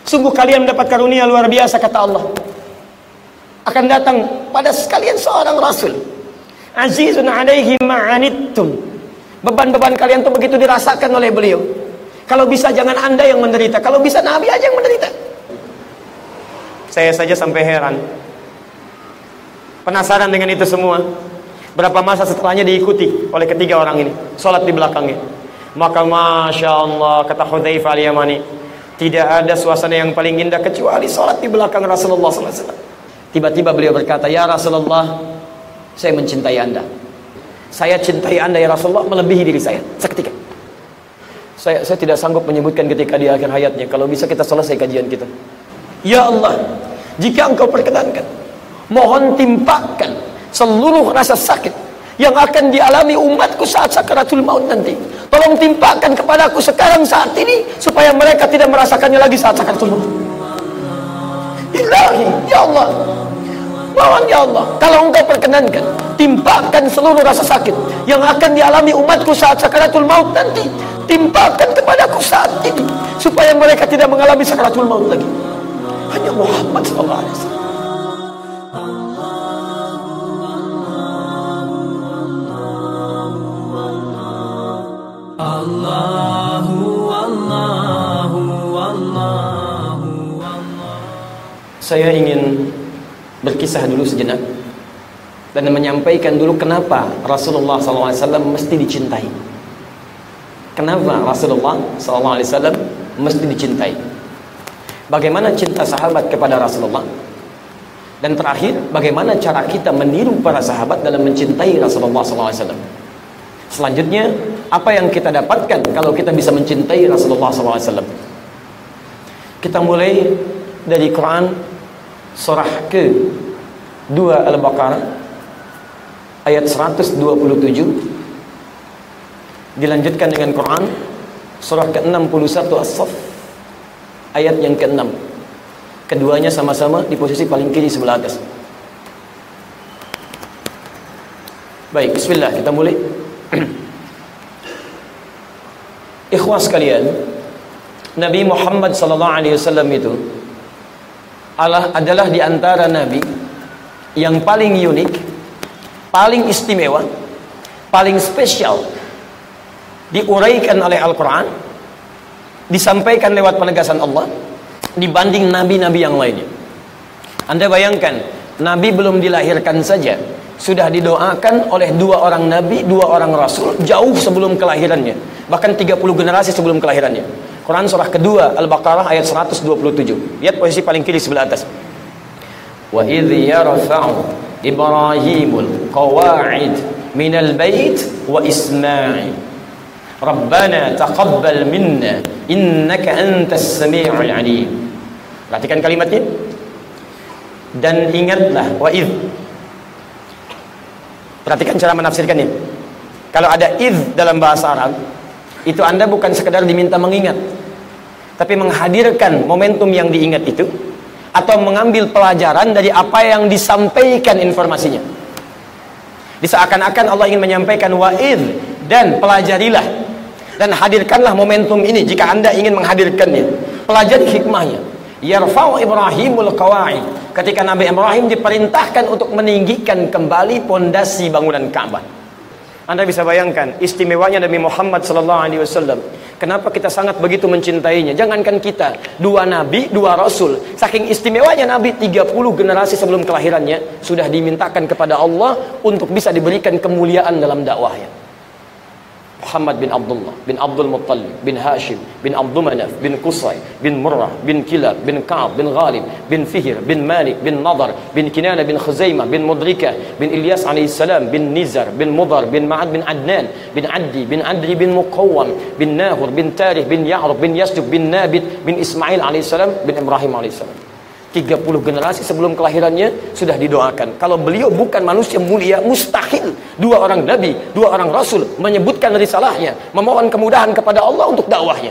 Sungguh kalian mendapat karunia luar biasa, kata Allah. Akan datang pada sekalian seorang rasul. Azizun alaihi ma'anittum. Beban-beban kalian tuh begitu dirasakan oleh beliau. Kalau bisa jangan Anda yang menderita, kalau bisa Nabi aja yang menderita. Saya saja sampai heran, penasaran dengan itu semua. Berapa masa setelahnya diikuti oleh ketiga orang ini, sholat di belakangnya. Maka Masya Allah, kata Hudzaifah al-Yamani, tidak ada suasana yang paling indah kecuali sholat di belakang Rasulullah SAW. Tiba-tiba beliau berkata, ya Rasulullah, saya mencintai Anda. Saya cintai Anda ya Rasulullah melebihi diri saya. Seketika saya tidak sanggup menyebutkan ketika di akhir hayatnya. Kalau bisa kita selesai kajian kita. Ya Allah, jika Engkau perkenankan, mohon timpakan seluruh rasa sakit yang akan dialami umatku saat sakaratul maut nanti. Tolong timpakan kepadaku sekarang saat ini, supaya mereka tidak merasakannya lagi saat sakaratul maut. Ilahi, ya Allah, mohon ya Allah, kalau Engkau perkenankan, timpakan seluruh rasa sakit yang akan dialami umatku saat sakaratul maut nanti. Timpakan kepadaku saat ini, supaya mereka tidak mengalami sakaratul maut lagi. Hanya Muhammad sallallahu alaihi wasallam. Saya ingin berkisah dulu sejenak dan menyampaikan dulu kenapa Rasulullah SAW mesti dicintai. Kenapa Rasulullah SAW mesti dicintai? Bagaimana cinta sahabat kepada Rasulullah? Dan terakhir, bagaimana cara kita meniru para sahabat dalam mencintai Rasulullah SAW? Selanjutnya, apa yang kita dapatkan kalau kita bisa mencintai Rasulullah SAW? Kita mulai dari Quran surah ke-2 Al-Baqarah ayat 127. Dilanjutkan dengan Quran surah ke-61 As-Saff ayat yang ke-6. Keduanya sama-sama di posisi paling kiri sebelah atas. Baik, bismillah, kita mulai. Ikhwas sekalian, Nabi Muhammad sallallahu alaihi wasallam itu adalah di antara nabi yang paling unik, paling istimewa, paling spesial, diuraikan oleh Al-Quran, disampaikan lewat penegasan Allah dibanding nabi-nabi yang lainnya. Anda bayangkan, nabi belum dilahirkan saja sudah didoakan oleh dua orang nabi, dua orang rasul jauh sebelum kelahirannya, bahkan 30 generasi sebelum kelahirannya. Quran surah kedua Al-Baqarah ayat 127. Lihat posisi paling kiri sebelah atas. Wa idh yarfa'u Ibrahimul qawa'id minal bait wa Ismail Rabbana taqabbal minna innaka antas sami'ul alim. Perhatikan kalimatnya. Dan ingatlah, wa idh. Perhatikan cara menafsirkannya. Kalau ada idh dalam bahasa Arab, itu Anda bukan sekedar diminta mengingat, tapi menghadirkan momentum yang diingat itu, atau mengambil pelajaran dari apa yang disampaikan informasinya. Diseakan-akan Allah ingin menyampaikan wa'idh, dan pelajarilah dan hadirkanlah momentum ini jika Anda ingin menghadirkannya. Pelajari hikmahnya. Yarfa'u Ibrahimul qawa'id. Ketika Nabi Ibrahim diperintahkan untuk meninggikan kembali pondasi bangunan Ka'bah. Anda bisa bayangkan istimewanya Nabi Muhammad SAW. Kenapa kita sangat begitu mencintainya? Jangankan kita, dua nabi, dua rasul. Saking istimewanya Nabi, 30 generasi sebelum kelahirannya sudah dimintakan kepada Allah untuk bisa diberikan kemuliaan dalam dakwahnya. Muhammad bin Abdullah bin Abdul Muttalib bin Hashim bin Abdul Manaf bin Qusay bin Murrah bin Kilab bin Ka'ab bin Ghalib bin Fihr bin Malik bin Nadar bin Kinana bin Khuzaimah bin Mudrikah bin Ilyas alaihissalam bin Nizar bin Mudar bin Ma'ad bin Adnan bin Addi bin Adri bin Muqawwam bin Nahur bin Tarikh bin Ya'rub bin Yasjub bin Nabit bin Ismail alaihissalam bin Ibrahim alaihissalam. 30 generasi sebelum kelahirannya sudah didoakan. Kalau beliau bukan manusia mulia, mustahil dua orang nabi, dua orang rasul menyebutkan risalahnya, memohon kemudahan kepada Allah untuk dakwahnya.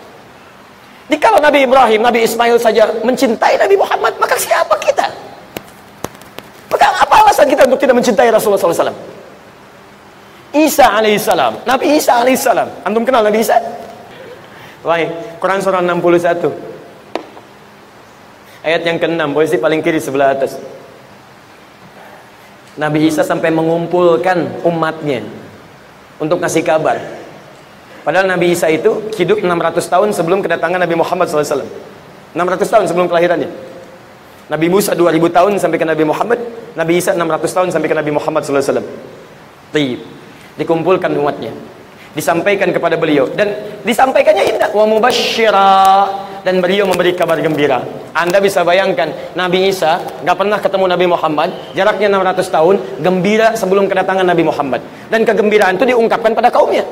Jika Nabi Ibrahim, Nabi Ismail saja mencintai Nabi Muhammad, maka siapa kita? Maka apa alasan kita untuk tidak mencintai Rasulullah SAW? Isa alaihissalam, Nabi Isa alaihissalam. Antum kenal Nabi Isa? Baik, Quran surah 61 Ayat yang ke-6, posisi paling kiri sebelah atas. Nabi Isa sampai mengumpulkan umatnya untuk ngasih kabar. Padahal Nabi Isa itu hidup 600 tahun sebelum kedatangan Nabi Muhammad SAW. 600 tahun sebelum kelahirannya. Nabi Musa 2000 tahun sampai ke Nabi Muhammad. Nabi Isa 600 tahun sampai ke Nabi Muhammad SAW. Dikumpulkan umatnya, disampaikan kepada beliau, dan disampaikannya indah, wa mubasysyira, dan beliau memberi kabar gembira. Anda bisa bayangkan, Nabi Isa nggak pernah ketemu Nabi Muhammad, jaraknya 600 tahun, gembira sebelum kedatangan Nabi Muhammad, dan kegembiraan itu diungkapkan pada kaumnya.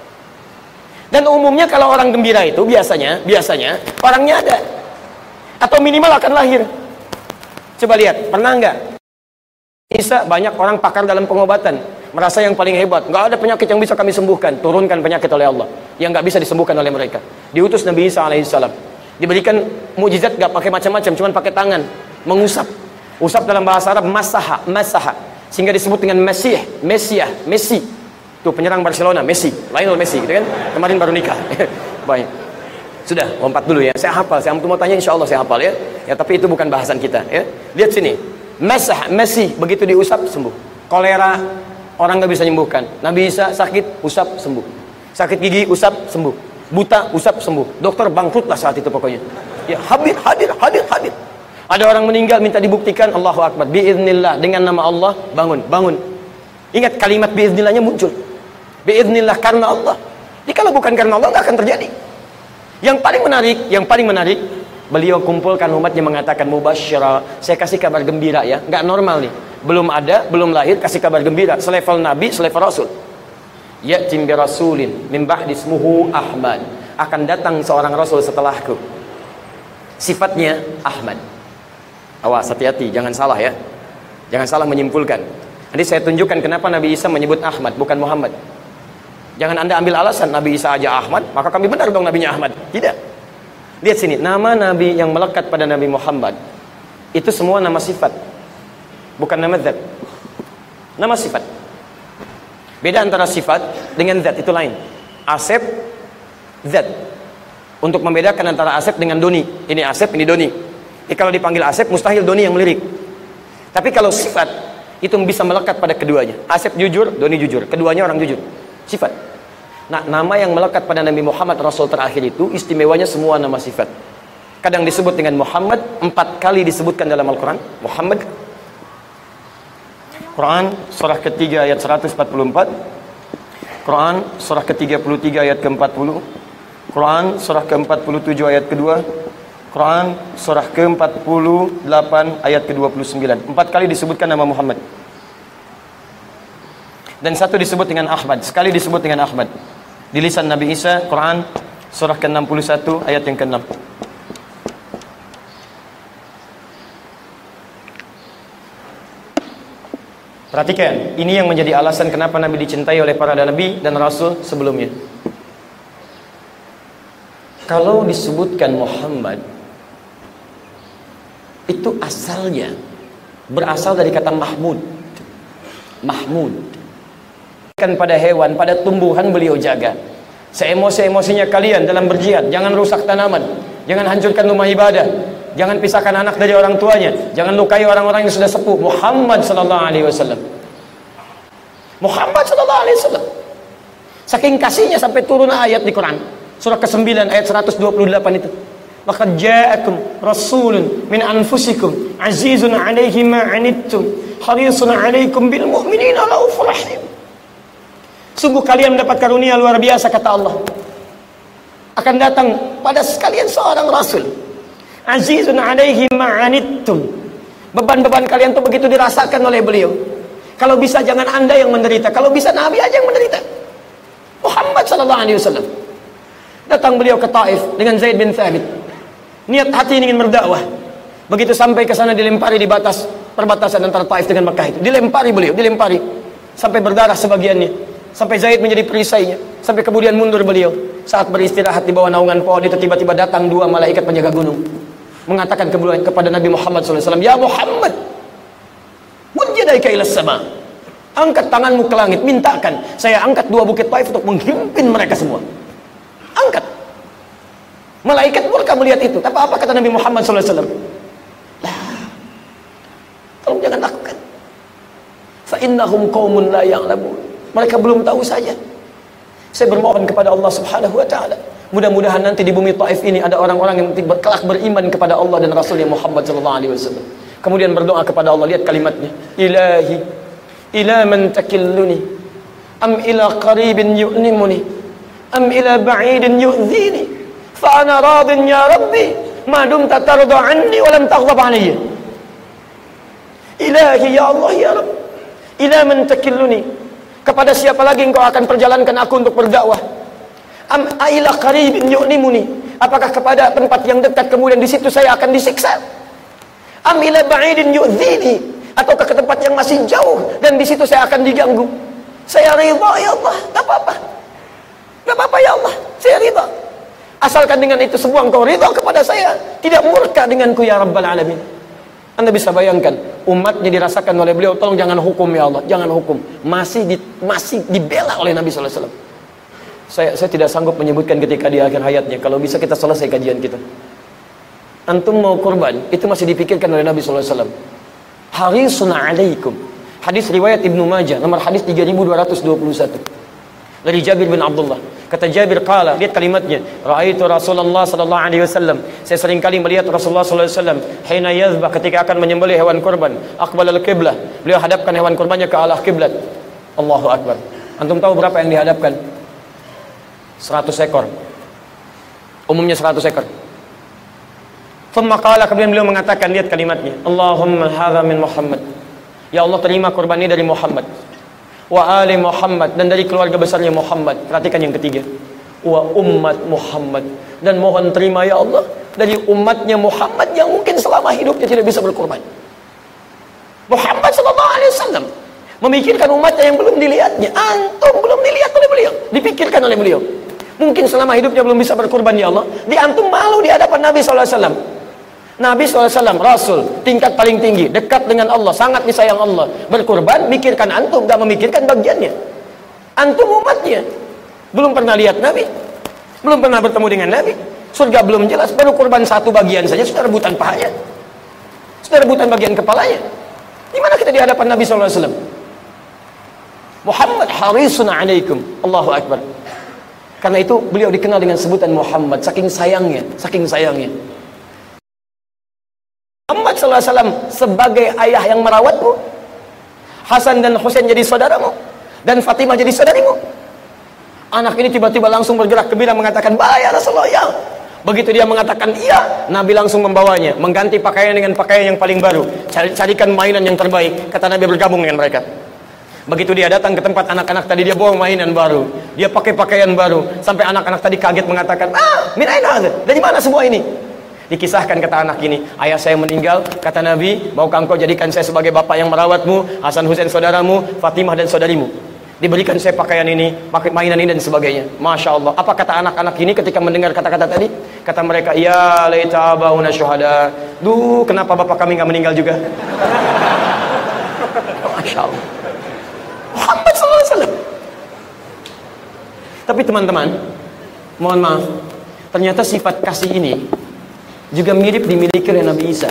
Dan umumnya kalau orang gembira itu biasanya orangnya ada, atau minimal akan lahir. Coba lihat, pernah nggak Isa banyak orang pakar dalam pengobatan, merasa yang paling hebat, nggak ada penyakit yang bisa kami sembuhkan, turunkan penyakit oleh Allah yang nggak bisa disembuhkan oleh mereka. Diutus Nabi Isa alaihissalam, diberikan mukjizat nggak pakai macam-macam, cuman pakai tangan, mengusap. Usap dalam bahasa Arab masaha, sehingga disebut dengan Messi. Tuh penyerang Barcelona, Lionel Messi, gitu kan? Kemarin baru nikah. Baik. Sudah, lompat dulu ya. Saya hafal, saya mau tanya, insya Allah saya hafal ya. Ya, tapi itu bukan bahasan kita ya. Lihat sini. Messi, begitu diusap sembuh. Kolera orang nggak bisa menyembuhkan. Nabi Isa sakit, usap sembuh. Sakit gigi, usap sembuh. Buta, usap sembuh. Dokter bangkrutlah saat itu pokoknya. Ya, hadir. Ada orang meninggal minta dibuktikan, Allahu Akbar, biiznillah, dengan nama Allah bangun. Ingat kalimat biiznillahnya muncul. Biiznillah, karena Allah. Jadi kalau bukan karena Allah nggak akan terjadi. Yang paling menarik, beliau kumpulkan umatnya mengatakan mubasysyira, saya kasih kabar gembira ya, nggak normal nih. Belum ada, belum lahir, kasih kabar gembira, selevel Nabi, selevel Rasul. Ya'tim bi rasulin min ba'di ismuhu Ahmad. Akan datang seorang Rasul setelahku. Sifatnya Ahmad. Awas, hati-hati, jangan salah ya. Jangan salah menyimpulkan. Nanti saya tunjukkan kenapa Nabi Isa menyebut Ahmad, bukan Muhammad. Jangan Anda ambil alasan Nabi Isa aja Ahmad, maka kami benar dong nabinya Ahmad. Tidak. Lihat sini, nama Nabi yang melekat pada Nabi Muhammad itu semua nama sifat, bukan nama zat. Nama sifat. Beda antara sifat dengan zat itu lain. Asep, zat. Untuk membedakan antara Asep dengan Doni. Ini Asep, ini Doni. Jadi kalau dipanggil Asep, mustahil Doni yang melirik. Tapi kalau sifat, itu bisa melekat pada keduanya. Asep jujur, Doni jujur. Keduanya orang jujur. Sifat. Nah, nama yang melekat pada Nabi Muhammad Rasul terakhir itu istimewanya semua nama sifat. Kadang disebut dengan Muhammad, 4 kali disebutkan dalam Al-Quran. Muhammad. Quran surah ketiga ayat 144. Quran surah ke-33 ayat ke-40. Quran surah ke-47 ayat kedua. Quran surah ke-48 ayat ke-29. 4 kali disebutkan nama Muhammad. Dan 1 disebut dengan Ahmad, sekali disebut dengan Ahmad. Di lisan Nabi Isa, Quran surah ke-61 ayat yang ke-6. Perhatikan, ini yang menjadi alasan kenapa Nabi dicintai oleh para nabi dan rasul sebelumnya. Kalau disebutkan Muhammad, itu asalnya berasal dari kata Mahmud. Kan pada hewan, pada tumbuhan beliau jaga. Seemosi-emosinya kalian dalam berjihad, jangan rusak tanaman, jangan hancurkan rumah ibadah, jangan pisahkan anak dari orang tuanya, jangan lukai orang-orang yang sudah sepuh. Muhammad sallallahu alaihi wasallam. Saking kasihnya sampai turun ayat di Quran, surah ke-9 ayat 128 itu. Laqad ja'akum rasulun min anfusikum azizun 'alaihi ma 'anittum harisun 'alaikum bil mu'minina raufur rahim. Sungguh kalian mendapat karunia luar biasa, kata Allah. Akan datang pada sekalian seorang Rasul. Azizun 'alaihi ma'anittum. Beban-beban kalian itu begitu dirasakan oleh beliau. Kalau bisa jangan Anda yang menderita, kalau bisa Nabi aja yang menderita. Muhammad sallallahu alaihi wasallam. Datang beliau ke Taif dengan Zaid bin Thabit. Niat hati ingin berdakwah. Begitu sampai ke sana dilempari di batas perbatasan antara Taif dengan Mekah itu. Dilempari sampai berdarah sebagiannya. Sampai Zaid menjadi perisainya. Sampai kemudian mundur beliau. Saat beristirahat di bawah naungan pohon itu, tiba-tiba datang 2 malaikat penjaga gunung. Mengatakan kepada Nabi Muhammad SAW, Ya Muhammad, mujjadaika ilas sama. Angkat tanganmu ke langit, mintakan. Saya angkat 2 bukit Taif untuk menghimpin mereka semua. Angkat. Malaikat murka melihat itu. Tapi apa kata Nabi Muhammad SAW? innahum qaumun la ya'lamun. Mereka belum tahu saja. Saya bermohon kepada Allah Subhanahu wa taala, mudah-mudahan nanti di bumi Taif ini ada orang-orang yang kelak beriman kepada Allah dan Rasulnya Muhammad sallallahu alaihi wasallam. Kemudian berdoa kepada Allah, lihat kalimatnya, ilahi ila man takilluni am ila qaribin yu'nimuni am ila ba'idin yu'dhini fa ana radin ya rabbi ma dumta tarda anni wa lam taghdab alayya. Ilahi ya Allah ya Rabb, ila man takilluni, kepada siapa lagi engkau akan perjalankan aku untuk berdakwah? Am ila qaribin yu'nimuni, apakah kepada tempat yang dekat kemudian di situ saya akan disiksa? Am ila ba'idin yu'dhini, ataukah ke tempat yang masih jauh dan di situ saya akan diganggu? Saya ridha ya Allah, enggak apa-apa. Enggak apa-apa ya Allah, saya ridha. Asalkan dengan itu semua engkau ridha kepada saya, tidak murka denganku ya Rabbal alamin. Anda bisa bayangkan umatnya dirasakan oleh beliau, tolong jangan hukum ya Allah, jangan hukum. Masih dibela oleh Nabi sallallahu alaihi wasallam. Saya tidak sanggup menyebutkan ketika di akhir hayatnya, kalau bisa kita selesai kajian kita. Antum mau kurban, itu masih dipikirkan oleh Nabi sallallahu alaihi wasallam. Harisun alaikum. Hadis riwayat Ibnu Majah nomor hadis 3221. Dari Jabir bin Abdullah. Kata Jabir qala, lihat kalimatnya, raaitu Rasulullah sallallahu alaihi wasallam, saya sering kali melihat Rasulullah sallallahu alaihi wasallam hina yazbah, ketika akan menyembelih hewan kurban, aqbal al-qiblah, beliau hadapkan hewan kurbannya ke arah kiblat. Allahu akbar. Antum tahu berapa yang dihadapkan? 100 ekor. Umumnya 100 ekor. Thumma qala, kemudian beliau mengatakan, lihat kalimatnya, Allahumma hadza min Muhammad. Ya Allah, terima kurban ini dari Muhammad. Wa ali Muhammad, dan dari keluarga besarnya Muhammad. Perhatikan yang ketiga, wa ummat Muhammad, dan mohon terima ya Allah dari umatnya Muhammad yang mungkin selama hidupnya tidak bisa berkorban. Muhammad sallallahu alaihi wasallam memikirkan umatnya yang belum dilihatnya. Antum belum dilihat oleh beliau, dipikirkan oleh beliau. Mungkin selama hidupnya belum bisa berkorban ya Allah, di antum malu di hadapan Nabi sallallahu alaihi wasallam. Nabi SAW, Rasul, tingkat paling tinggi, dekat dengan Allah, sangat disayang Allah. Berkurban, mikirkan antum, gak memikirkan bagiannya. Antum umatnya, belum pernah lihat Nabi, belum pernah bertemu dengan Nabi, surga belum jelas, baru kurban satu bagian saja, sudah rebutan pahanya, sudah rebutan bagian kepalanya. Di mana kita di hadapan Nabi SAW? Muhammad harisun alaikum. Allahu Akbar. Karena itu beliau dikenal dengan sebutan Muhammad, saking sayangnya, saking sayangnya. Muhammad SAW sebagai ayah yang merawatmu, Hasan dan Husain jadi saudaramu, dan Fatimah jadi saudarimu. Anak ini tiba-tiba langsung bergerak gembira mengatakan, "Ba ya Rasulullah ya." Begitu dia mengatakan iya, Nabi langsung membawanya, mengganti pakaian dengan pakaian yang paling baru, carikan mainan yang terbaik. Kata Nabi, bergabung dengan mereka. Begitu dia datang ke tempat anak-anak tadi, dia bawa mainan baru, dia pakai pakaian baru, sampai anak-anak tadi kaget mengatakan, min aina hadza? Dari mana semua ini? Dikisahkan kata anak ini, ayah saya meninggal, kata Nabi, maukah engkau jadikan saya sebagai bapak yang merawatmu, Hasan Husain saudaramu, Fatimah dan saudarimu. Diberikan saya pakaian ini, pakai mainan ini dan sebagainya. Masya Allah. Apa kata anak-anak ini ketika mendengar kata-kata tadi? Kata mereka, ya laita abauna syuhada. Duh, kenapa bapak kami nggak meninggal juga? Masya Allah. Muhammad SAW. Tapi teman-teman, mohon maaf, ternyata sifat kasih ini juga mirip dimiliki oleh Nabi Isa.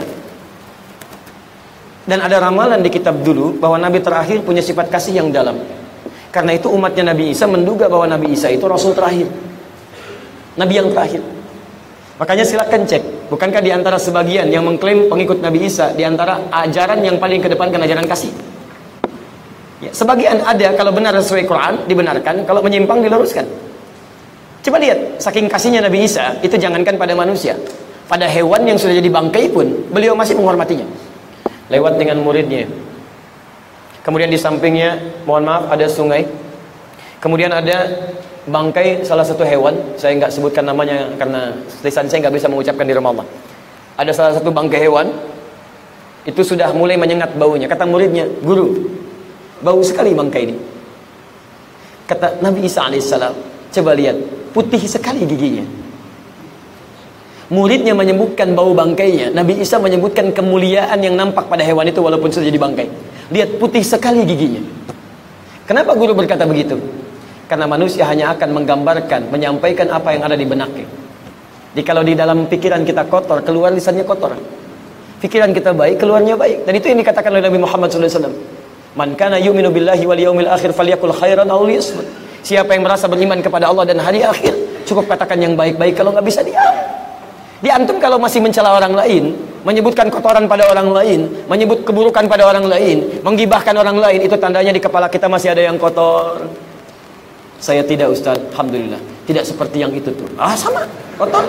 Dan ada ramalan di kitab dulu bahwa Nabi terakhir punya sifat kasih yang dalam. Karena itu umatnya Nabi Isa menduga bahwa Nabi Isa itu Rasul terakhir, Nabi yang terakhir. Makanya silakan cek, bukankah di antara sebagian yang mengklaim pengikut Nabi Isa, di antara ajaran yang paling kedepankan ajaran kasih? Ya, sebagian ada, kalau benar sesuai Quran dibenarkan, kalau menyimpang diluruskan. Coba lihat, saking kasihnya Nabi Isa, itu jangankan pada manusia, pada hewan yang sudah jadi bangkai pun beliau masih menghormatinya. Lewat dengan muridnya. Kemudian di sampingnya, mohon maaf, ada sungai. Kemudian ada bangkai salah satu hewan, saya nggak sebutkan namanya karena lisan saya nggak bisa mengucapkan di rumah Allah. Ada salah satu bangkai hewan, itu sudah mulai menyengat baunya. Kata muridnya, guru, bau sekali bangkai ini. Kata Nabi Isa alaihissalam, coba lihat, putih sekali giginya. Muridnya menyebutkan bau bangkainya, Nabi Isa menyebutkan kemuliaan yang nampak pada hewan itu walaupun sudah jadi bangkai. Lihat, putih sekali giginya. Kenapa guru berkata begitu? Karena manusia hanya akan menggambarkan, menyampaikan apa yang ada di benaknya. Jadi kalau di dalam pikiran kita kotor, keluar lisannya kotor. Pikiran kita baik, keluarnya baik. Dan itu yang dikatakan oleh Nabi Muhammad SAW. Man kana yu'minu billahi wal yawmil akhir falyakul khairan aw liyasmut. Siapa yang merasa beriman kepada Allah dan hari akhir, cukup katakan yang baik-baik, kalau nggak bisa diam. Di antum kalau masih mencela orang lain, menyebutkan kotoran pada orang lain, menyebut keburukan pada orang lain, menggibahkan orang lain, itu tandanya di kepala kita masih ada yang kotor. Saya tidak, Ustaz, alhamdulillah, tidak seperti yang itu tuh. Sama, kotor.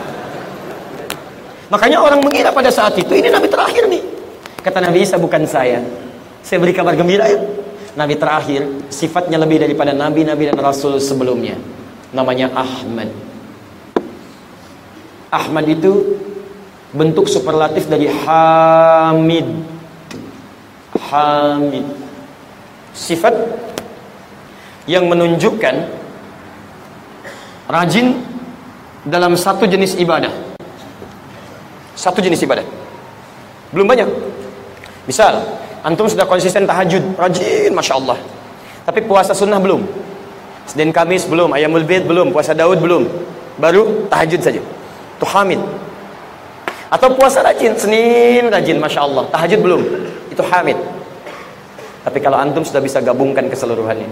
Makanya orang mengira pada saat itu, ini Nabi terakhir nih. Kata Nabi Isa, bukan saya beri kabar gembira ya. Nabi terakhir, sifatnya lebih daripada nabi-nabi dan rasul sebelumnya. Namanya Ahmad. Ahmad itu bentuk superlatif dari Hamid. Hamid. Sifat yang menunjukkan rajin dalam satu jenis ibadah. Satu jenis ibadah. Belum banyak. Misal, antum sudah konsisten tahajud, rajin, Masya Allah. Tapi puasa sunnah belum. Senin Kamis belum, Ayamul Bid belum, puasa Daud belum. Baru tahajud saja. Itu Hamid. Atau puasa rajin, Senin rajin, Masya Allah. Tahajud belum. Itu Hamid. Tapi kalau antum sudah bisa gabungkan keseluruhannya.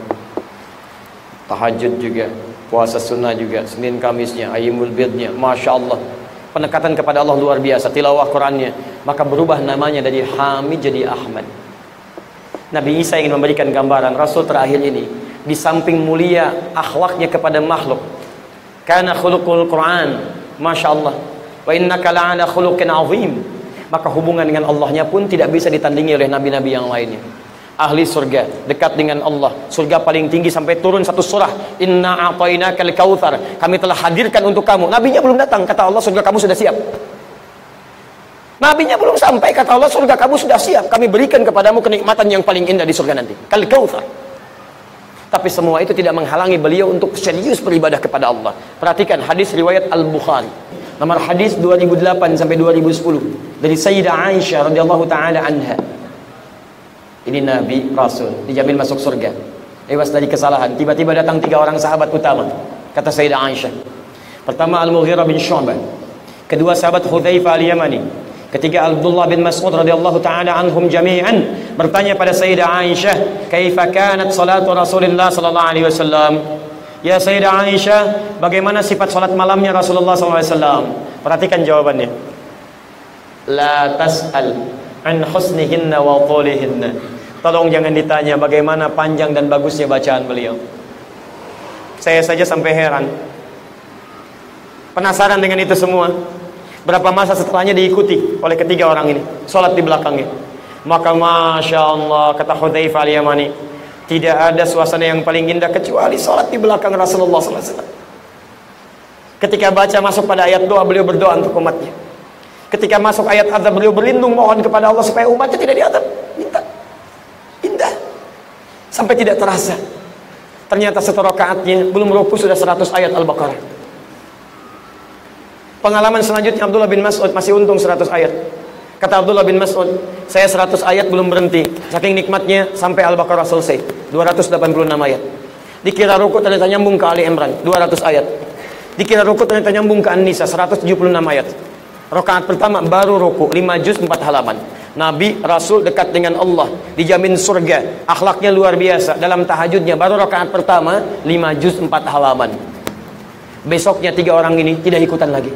Tahajud juga, puasa sunnah juga, Senin Kamisnya, Ayamul Bidnya, Masya Allah. Pendekatan kepada Allah luar biasa, tilawah Qurannya, maka berubah namanya dari Hamid jadi Ahmad. Nabi Isa ingin memberikan gambaran Rasul terakhir ini, di samping mulia akhlaknya kepada makhluk, kana khuluqul Quran, Masya Allah, wa innaka la'ala khuluqin azim, maka hubungan dengan Allahnya pun tidak bisa ditandingi oleh nabi-nabi yang lainnya. Ahli surga, dekat dengan Allah, surga paling tinggi sampai turun satu surah, inna a'tainakal kautsar, kami telah hadirkan untuk kamu. Nabinya belum datang, kata Allah surga kamu sudah siap. Nabinya belum sampai, kata Allah surga kamu sudah siap, kami berikan kepadamu kenikmatan yang paling indah di surga nanti, kal kautsar. Tapi semua itu tidak menghalangi beliau untuk serius beribadah kepada Allah. Perhatikan hadis riwayat Al-Bukhari, nomor hadis 2008 sampai 2010 dari Sayyidah Aisyah radhiyallahu taala anha. Ini Nabi, Rasul, dijamin masuk surga, bebas dari kesalahan. Tiba-tiba datang 3 orang sahabat utama, kata Sayyidah Aisyah. Pertama Al-Mughirah bin Syu'bah, kedua sahabat Hudzaifah Al-Yamani, ketiga Abdullah bin Mas'ud radhiyallahu taala anhum jami'an, bertanya pada Sayyidah Aisyah, "Kaifa kanat salatu Rasulillah sallallahu alaihi wasallam?" Ya Sayyidah Aisyah, bagaimana sifat salat malamnya Rasulullah sallallahu alaihi wasallam? Perhatikan jawabannya. La tas'al an husnihinna wa tulihinna. Tolong jangan ditanya bagaimana panjang dan bagusnya bacaan beliau. Saya saja sampai heran, penasaran dengan itu semua. Berapa masa setelahnya diikuti oleh ketiga orang ini, sholat di belakangnya. Maka Masya Allah, kata Hudzaifah Al-Yamani, tidak ada suasana yang paling indah kecuali sholat di belakang Rasulullah SAW. Ketika baca masuk pada ayat doa, beliau berdoa untuk umatnya. Ketika masuk ayat azab, beliau berlindung mohon kepada Allah supaya umatnya tidak diazab. Minta. Indah. Sampai tidak terasa. Ternyata satu rakaatnya belum ruku sudah 100 ayat Al-Baqarah. Pengalaman selanjutnya Abdullah bin Mas'ud, masih untung 100 ayat. Kata Abdullah bin Mas'ud, saya 100 ayat belum berhenti. Saking nikmatnya sampai Al-Baqarah selesai. 286 ayat. Dikira ruku ternyata nyambung ke Ali Imran, 200 ayat. Dikira ruku ternyata nyambung ke An-Nisa, 176 ayat. Rakaat pertama baru ruku, 5 juz 4 halaman. Nabi, Rasul dekat dengan Allah, dijamin surga, akhlaknya luar biasa. Dalam tahajudnya baru rakaat pertama 5 juz 4 halaman. Besoknya 3 orang ini tidak ikutan lagi.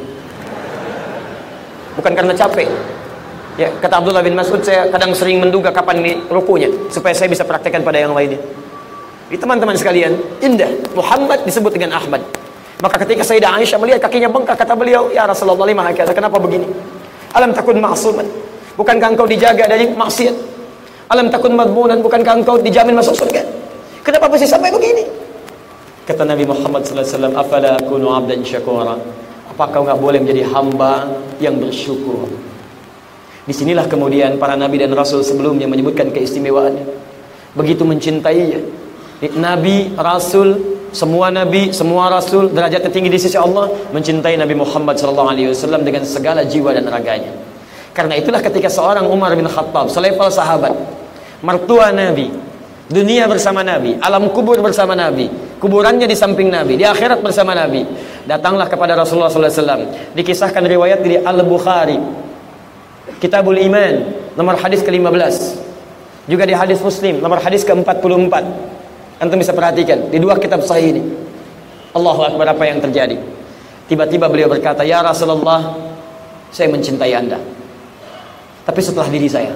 Bukan karena capek. Ya, kata Abdullah bin Mas'ud, saya kadang sering menduga kapan ini rukunya supaya saya bisa praktekkan pada yang lainnya. Ini teman-teman sekalian, indah. Muhammad disebut dengan Ahmad. Maka ketika Sayyidah Aisyah melihat kakinya bengkak, kata beliau, ya Rasulullah, lima hakata, kenapa begini? Alam takun ma'suman, bukankah engkau dijaga dari maksiat? Alam takun madmunan, bukankah engkau dijamin masuk surga? Kenapa masih sampai begini? Kata Nabi Muhammad SAW, afala akunu abdan syakura, apakah enggak boleh menjadi hamba yang bersyukur? Disinilah kemudian para Nabi dan Rasul sebelumnya menyebutkan keistimewaannya. Begitu mencintainya. Nabi, Rasul, semua Nabi, semua Rasul derajatnya tinggi di sisi Allah, mencintai Nabi Muhammad SAW dengan segala jiwa dan raganya. Karena itulah ketika seorang Umar bin Khattab, selevel sahabat, mertua Nabi, dunia bersama Nabi, alam kubur bersama Nabi, kuburannya di samping Nabi, di akhirat bersama Nabi, datanglah kepada Rasulullah SAW. Dikisahkan riwayat dari Al-Bukhari, Kitabul Iman, nomor hadis ke-15. Juga di hadis Muslim, nomor hadis ke-44. Antum bisa perhatikan di dua kitab sahih ini. Allahu Akbar, apa yang terjadi? Tiba-tiba beliau berkata, "Ya Rasulullah, saya mencintai Anda. Tapi setelah diri saya.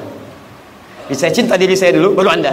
Saya cinta diri saya dulu, baru Anda."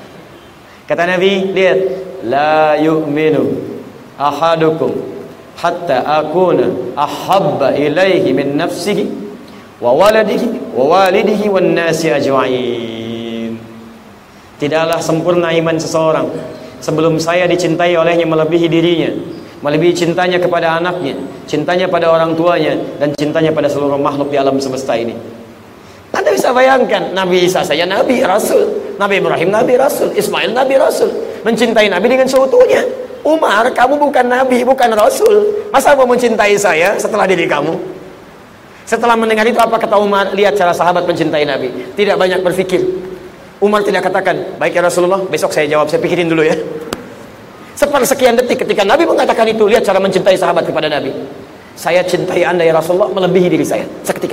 Kata Nabi, lihat, "La yu'minu ahadukum hatta akuna ahabba ilaihi min nafsihi wa walidihi wan nasi ajma'in." Tidaklah sempurna iman seseorang sebelum saya dicintai olehnya melebihi dirinya, melebihi cintanya kepada anaknya, cintanya pada orang tuanya, dan cintanya pada seluruh makhluk di alam semesta ini. Anda bisa bayangkan, Nabi Isa saja Nabi, Rasul, Nabi Ibrahim Nabi, Rasul, Ismail Nabi, Rasul, mencintai Nabi dengan seutuhnya. Umar, kamu bukan Nabi, bukan Rasul, masa mau mencintai saya setelah diri kamu? Setelah mendengar itu, apa kata Umar? Lihat cara sahabat mencintai Nabi, tidak banyak berpikir. Umar tidak katakan, "Baik ya Rasulullah, besok saya jawab, saya pikirin dulu ya." Sepersekian detik ketika Nabi mengatakan itu, lihat cara mencintai sahabat kepada Nabi. "Saya cintai Anda ya Rasulullah melebihi diri saya." Seketika.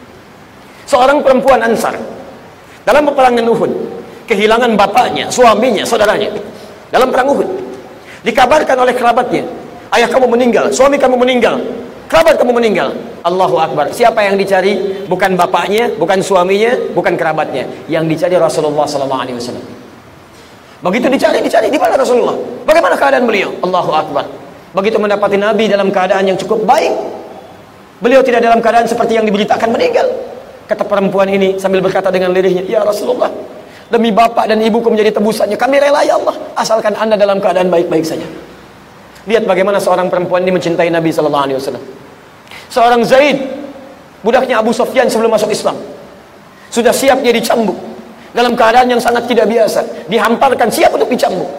Seorang perempuan Ansar dalam peperangan Uhud kehilangan bapaknya, suaminya, saudaranya dalam perang Uhud. Dikabarkan oleh kerabatnya, "Ayah kamu meninggal, suami kamu meninggal, kerabat kamu meninggal." Allahu Akbar. Siapa yang dicari? Bukan bapaknya, bukan suaminya, bukan kerabatnya. Yang dicari Rasulullah SAW. Begitu dicari, di mana Rasulullah? Bagaimana keadaan beliau? Allahu Akbar. Begitu mendapati Nabi dalam keadaan yang cukup baik, beliau tidak dalam keadaan seperti yang diberitakan meninggal. Kata perempuan ini sambil berkata dengan lirihnya, "Ya Rasulullah, demi bapak dan ibuku menjadi tebusannya, kami rela ya Allah, asalkan Anda dalam keadaan baik-baik saja." Lihat bagaimana seorang perempuan ini mencintai Nabi SAW. Seorang Zaid, budaknya Abu Sufyan sebelum masuk Islam, sudah siap dia dicambuk dalam keadaan yang sangat tidak biasa, dihamparkan, siap untuk dicambuk.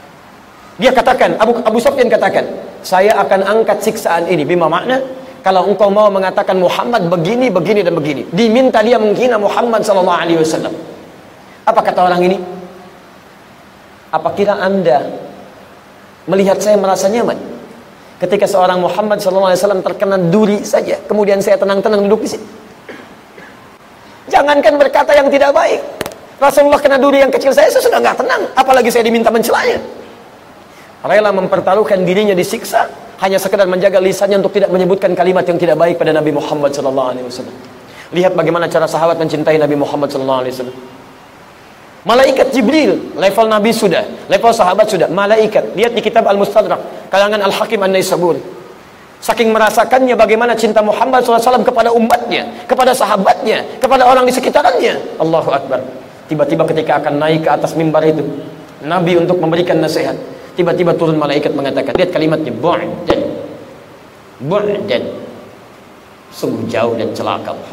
Dia katakan, Abu Sufyan katakan, "Saya akan angkat siksaan ini." Bima makna, kalau engkau mau mengatakan Muhammad begini, begini, dan begini. Diminta dia menghina Muhammad SAW. Apa kata orang ini? "Apa kira Anda melihat saya merasa nyaman ketika seorang Muhammad SAW terkena duri saja, kemudian saya tenang-tenang duduk di sini? Jangankan berkata yang tidak baik, Rasulullah kena duri yang kecil, saya sudah nggak tenang, apalagi saya diminta mencelanya." Rela mempertaruhkan dirinya disiksa hanya sekedar menjaga lisannya untuk tidak menyebutkan kalimat yang tidak baik pada Nabi Muhammad SAW. Lihat bagaimana cara sahabat mencintai Nabi Muhammad SAW. Malaikat Jibril, level Nabi sudah, level sahabat sudah. Malaikat, lihat di kitab Al-Mustadrak kalangan Al-Hakim An-Naisaburi, saking merasakannya bagaimana cinta Muhammad SAW kepada umatnya, kepada sahabatnya, kepada orang di sekitarnya. Allahu Akbar. Tiba-tiba ketika akan naik ke atas mimbar itu, Nabi untuk memberikan nasihat, tiba-tiba turun malaikat mengatakan, lihat kalimatnya, "Bu'dan, bu'dan." Sungguh jauh dan celaka Muhammad.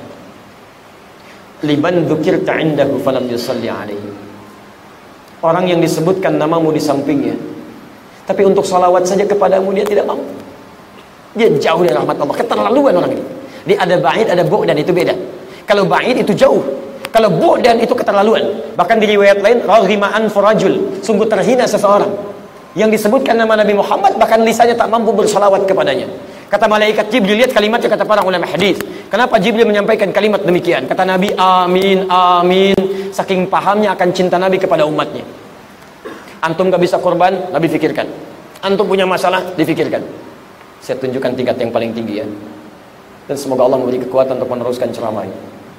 "Liman dzukirta 'indahu falam yusalli 'alaihi." Orang yang disebutkan namamu di sampingnya, tapi untuk salawat saja kepadamu dia tidak mampu. Dia jauh dari rahmat Allah. Keterlaluan orang ini. Dia ada ba'id, ada bu'dan, itu beda. Kalau ba'id itu jauh, kalau bu'dan itu keterlaluan. Bahkan di riwayat lain, raghima anfu rajul, sungguh terhina seseorang yang disebutkan nama Nabi Muhammad, bahkan lisannya tak mampu bersalawat kepadanya. Kata malaikat Jibril, lihat kalimatnya, kata para ulama hadis, kenapa Jibril menyampaikan kalimat demikian? Kata Nabi, "Amin, amin." Saking pahamnya akan cinta Nabi kepada umatnya. Antum gak bisa korban, Nabi fikirkan. Antum punya masalah, difikirkan. Saya tunjukkan tingkat yang paling tinggi ya. Dan semoga Allah memberi kekuatan untuk meneruskan ceramah ini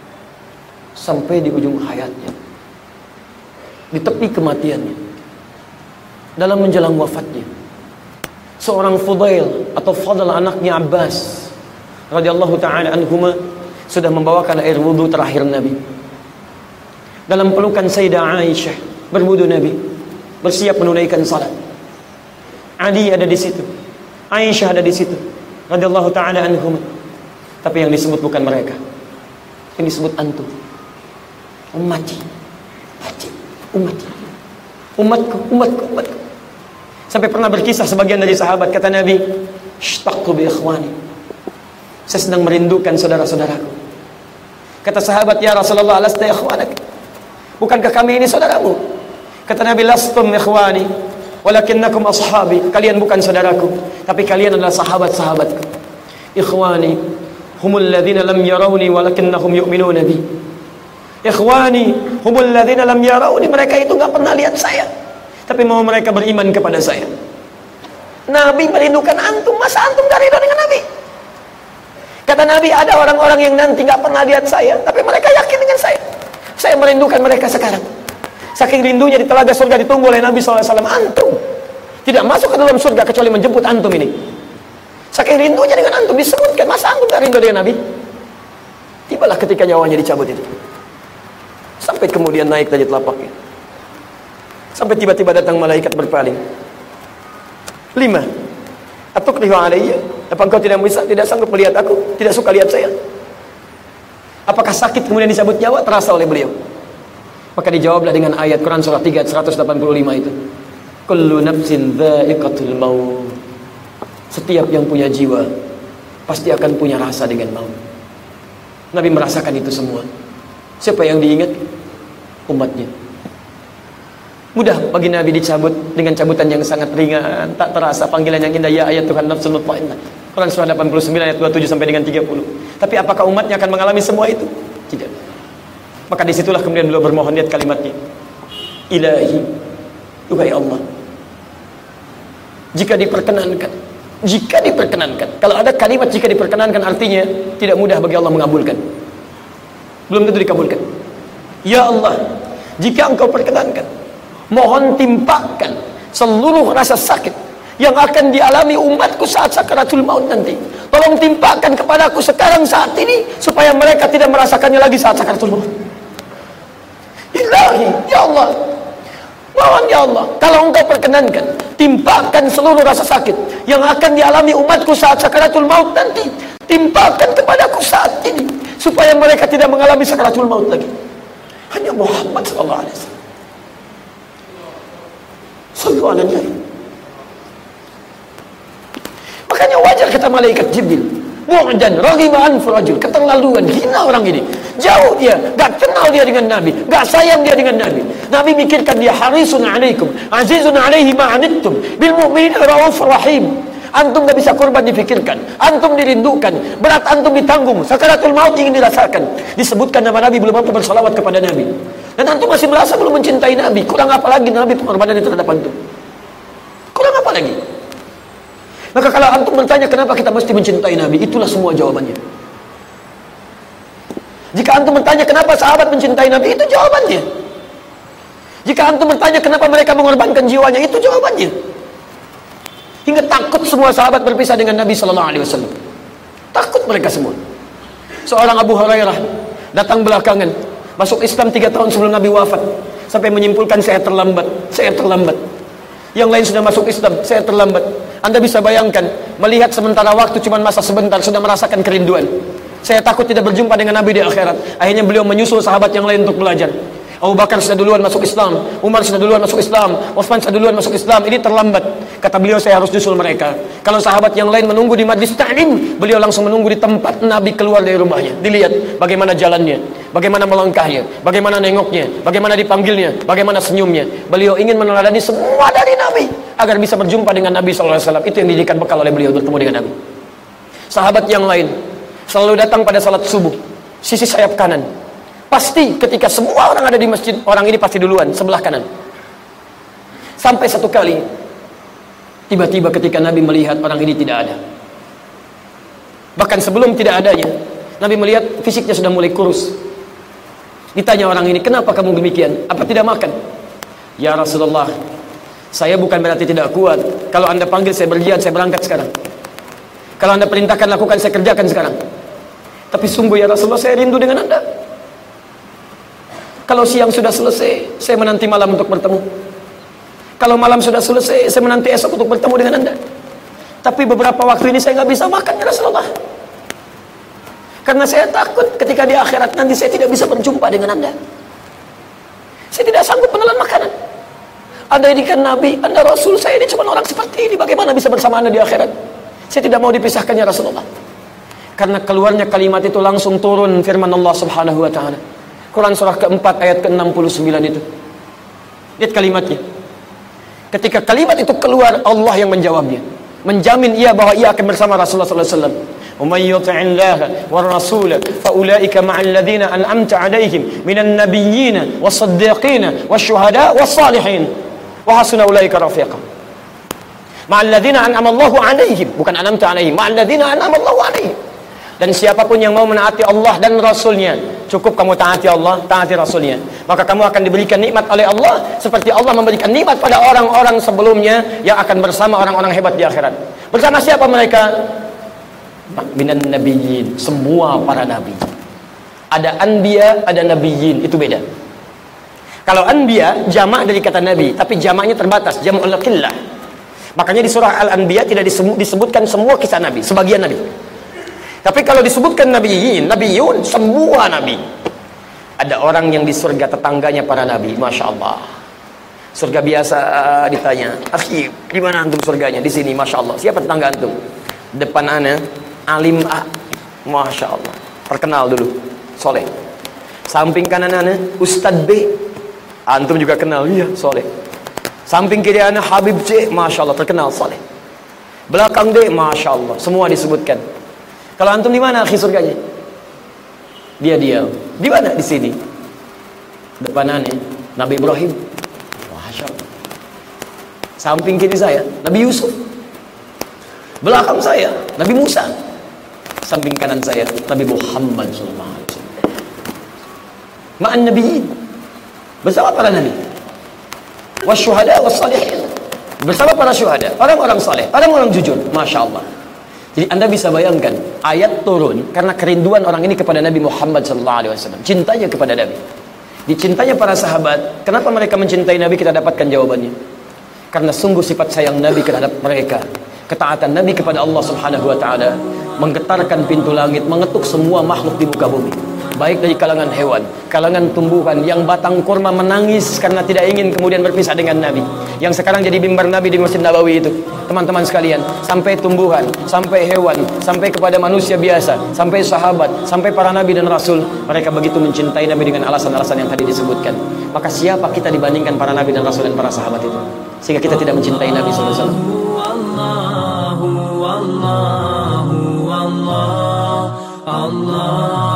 sampai di ujung hayatnya, di tepi kematiannya, dalam menjelang wafatnya. Seorang Fudail atau Fadl anaknya Abbas radhiyallahu ta'ala anhuma sudah membawakan air wudu terakhir Nabi. Dalam pelukan Sayyidah Aisyah berwudu Nabi, bersiap menunaikan salat. Ali ada di situ, Aisyah ada di situ radhiyallahu ta'ala anhuma. Tapi yang disebut bukan mereka, yang disebut antum, ummati, umatku. Sampai pernah berkisah sebagian dari sahabat, kata Nabi, "Ishtaqtu bi ikhwani." Saya sedang merindukan saudara-saudaraku. Kata sahabat, "Ya Rasulullah, lasta ikhwanak?" Bukankah kami ini saudaramu? Kata Nabi, "Lastum ikhwani, walakinnakum ashabi." Kalian bukan saudaraku, tapi kalian adalah sahabat-sahabatku. Ikhwani humul ladzina lam yarawni walakinnahum yu'minuna bi. Ikhwani humul ladzina lam yarawni, mereka itu nggak pernah lihat saya, tapi mau mereka beriman kepada saya. Nabi merindukan antum, masa antum gak ridho dengan Nabi? Kata Nabi, ada orang-orang yang nanti nggak pernah lihat saya, tapi mereka yakin dengan saya. Saya merindukan mereka sekarang. Saking rindunya di telaga surga ditunggu oleh Nabi SAW. Antum tidak masuk ke dalam surga kecuali menjemput antum ini. Saking rindunya dengan antum disebutkan, masa antum gak rindu dengan Nabi? Tibalah ketika nyawanya dicabut itu. Sampai kemudian naik dari telapaknya. Sampai tiba-tiba datang malaikat berpaling. 5. Atukrihu alayya, apa engkau tidak bisa, tidak sanggup melihat aku, tidak suka lihat saya? Apakah sakit kemudian dicabut nyawa? Terasa oleh beliau. Maka dijawablah dengan ayat Quran surah 3 185 itu. Kullu nafsin dha'iqatul maut. Setiap yang punya jiwa pasti akan punya rasa dengan maut. Nabi merasakan itu semua. Siapa yang diingat? Umatnya. Mudah bagi Nabi dicabut dengan cabutan yang sangat ringan, tak terasa panggilan yang indah, ya ayat Tuhan nafsul mutmainnah. Quran surah 89 ayat 27 sampai dengan 30. Tapi apakah umatnya akan mengalami semua itu? Tidak. Maka disitulah kemudian beliau bermohon, lihat kalimatnya. Ilahi, Tuhai Allah, jika diperkenankan. Kalau ada kalimat jika diperkenankan, artinya tidak mudah bagi Allah mengabulkan. Belum tentu dikabulkan. Ya Allah, jika engkau perkenankan, mohon timpakan seluruh rasa sakit yang akan dialami umatku saat sakaratul maut nanti. Tolong timpakan kepadaku sekarang saat ini, supaya mereka tidak merasakannya lagi saat sakaratul maut. Ilahi, ya Allah, mohon ya Allah, kalau engkau perkenankan, timpakan seluruh rasa sakit yang akan dialami umatku saat sakaratul maut nanti. Timpakan kepadaku saat ini, supaya mereka tidak mengalami sakaratul maut lagi. Hanya Muhammad sallallahu alaihi wasallam. Sallu ala Nabi. Makanya wajar kata malaikat Jibril, mu'jan raghiba an furajul, keterlaluan, hina orang ini. Jauh dia, gak kenal dia dengan Nabi, gak sayang dia dengan Nabi. Nabi mikirkan dia harisun alaikum, azizun alaihi ma'anittum, bil mu'minina raufur rahim. Antum gak bisa korban dipikirkan, antum dirindukan, berat antum ditanggung, sakaratul maut ingin dirasakan. Disebutkan nama Nabi, belum mampu bersalawat kepada Nabi. Dan antum masih merasa belum mencintai Nabi. Kurang apa lagi Nabi pengorbanannya terhadap antum? Kurang apa lagi? Maka kalau antum bertanya kenapa kita mesti mencintai Nabi, itulah semua jawabannya. Jika antum bertanya kenapa sahabat mencintai Nabi, itu jawabannya. Jika antum bertanya kenapa mereka mengorbankan jiwanya, itu jawabannya. Hingga takut semua sahabat berpisah dengan Nabi Sallallahu Alaihi Wasallam. Takut mereka semua. Seorang Abu Hurairah datang belakangan, masuk Islam 3 tahun sebelum Nabi wafat, sampai menyimpulkan saya terlambat. Yang lain sudah masuk Islam, saya terlambat. Anda bisa bayangkan, melihat sementara waktu cuma masa sebentar, sudah merasakan kerinduan. Saya takut tidak berjumpa dengan Nabi di akhirat. Akhirnya beliau menyusul sahabat yang lain untuk belajar. Abu Bakar sudah duluan masuk Islam, Umar sudah duluan masuk Islam, Utsman sudah duluan masuk Islam. Ini terlambat. Kata beliau, saya harus nyusul mereka. Kalau sahabat yang lain menunggu di majlis ta'lim, beliau langsung menunggu di tempat Nabi keluar dari rumahnya. Dilihat bagaimana jalannya, bagaimana melangkahnya, bagaimana nengoknya, bagaimana dipanggilnya, bagaimana senyumnya. Beliau ingin meneladani semua dari Nabi agar bisa berjumpa dengan Nabi SAW. Itu yang dijadikan bekal oleh beliau bertemu dengan Nabi. Sahabat yang lain selalu datang pada salat subuh, sisi sayap kanan. Pasti ketika semua orang ada di masjid, orang ini pasti duluan, sebelah kanan. Sampai satu kali, tiba-tiba ketika Nabi melihat orang ini tidak ada. Bahkan sebelum tidak adanya, Nabi melihat fisiknya sudah mulai kurus. Ditanya orang ini, kenapa kamu demikian? Apa tidak makan? Ya Rasulullah, saya bukan berarti tidak kuat. Kalau Anda panggil saya berjihad, saya berangkat sekarang. Kalau Anda perintahkan lakukan, saya kerjakan sekarang. Tapi sungguh ya Rasulullah, saya rindu dengan Anda. Kalau siang sudah selesai, saya menanti malam untuk bertemu. Kalau malam sudah selesai, saya menanti esok untuk bertemu dengan Anda. Tapi beberapa waktu ini saya nggak bisa makan ya Rasulullah. Karena saya takut ketika di akhirat nanti saya tidak bisa berjumpa dengan Anda. Saya tidak sanggup menelan makanan. Anda ini kan Nabi, Anda Rasul, saya ini cuma orang seperti ini. Bagaimana bisa bersama Anda di akhirat? Saya tidak mau dipisahkan ya Rasulullah. Karena keluarnya kalimat itu langsung turun firman Allah Subhanahu wa Ta'ala. Quran surah keempat ayat ke-69 itu. Lihat kalimatnya. Ketika kalimat itu keluar, Allah yang menjawabnya, menjamin ia bahwa ia akan bersama Rasulullah SAW. ومن يطع الله والرسول فأولئك مع الذين أنعمت عليهم من النبيين والصديقين والشهداء والصالحين وحسن أولئك رفيقا. مع الذين أنعم الله عليهم, bukan an'amta alaihim, مع الذين أنعم الله عليهم. Dan siapapun yang mau menaati Allah dan Rasulnya, cukup kamu taati Allah, taati Rasulnya, maka kamu akan diberikan nikmat oleh Allah seperti Allah memberikan nikmat pada orang-orang sebelumnya yang akan bersama orang-orang hebat di akhirat. Bersama siapa mereka? Minan nabiyyin, semua para nabi. Ada anbiya, ada nabiyyin, itu beda. Kalau anbiya jamak dari kata nabi, tapi jamaknya terbatas, jam'ul qillah. Makanya di surah Al-Anbiya tidak disebutkan semua kisah nabi, sebagian nabi. Tapi kalau disebutkan nabiyyin, nabiyun, semua nabi. Ada orang yang di surga tetangganya para nabi, masya Allah. Surga biasa ditanya, akhi, di mana antum surganya? Di sini, masya Allah. Siapa tetangga antum? Depan ana, alim A, masya Allah. Terkenal dulu, soleh. Samping kanan ana, Ustadz B, antum juga kenal, iya, soleh. Samping kiri ana, Habib C, masya Allah, terkenal, soleh. Belakang D, masya Allah, semua disebutkan. Kalau antum di mana akhi surganya? Dia diam. Di mana? Di sini. Depanannya Nabi Ibrahim. Masya Allah. Samping kiri saya Nabi Yusuf. Belakang saya Nabi Musa. Samping kanan saya Nabi Muhammad sallallahu alaihi wasallam. Ma'an nabiyyin. Bersama para nabi. Wasyuhada wassalihin. Bersama para syuhada, orang-orang saleh, orang-orang jujur. Masya Allah. Jadi Anda bisa bayangkan ayat turun karena kerinduan orang ini kepada Nabi Muhammad SAW, cintanya kepada Nabi, dicintanya para sahabat. Kenapa mereka mencintai Nabi? Kita dapatkan jawabannya. Karena sungguh sifat sayang Nabi terhadap mereka, ketaatan Nabi kepada Allah Subhanahu Wa Taala menggetarkan pintu langit, mengetuk semua makhluk di muka bumi, baik dari kalangan hewan, kalangan tumbuhan. Yang batang kurma menangis karena tidak ingin kemudian berpisah dengan Nabi, yang sekarang jadi mimbar Nabi di Masjid Nabawi itu, teman-teman sekalian, sampai tumbuhan, sampai hewan, sampai kepada manusia biasa, sampai sahabat, sampai para Nabi dan Rasul, mereka begitu mencintai Nabi dengan alasan-alasan yang tadi disebutkan. Maka siapa kita dibandingkan para Nabi dan Rasul dan para sahabat itu, sehingga kita tidak mencintai Nabi SAW? Allah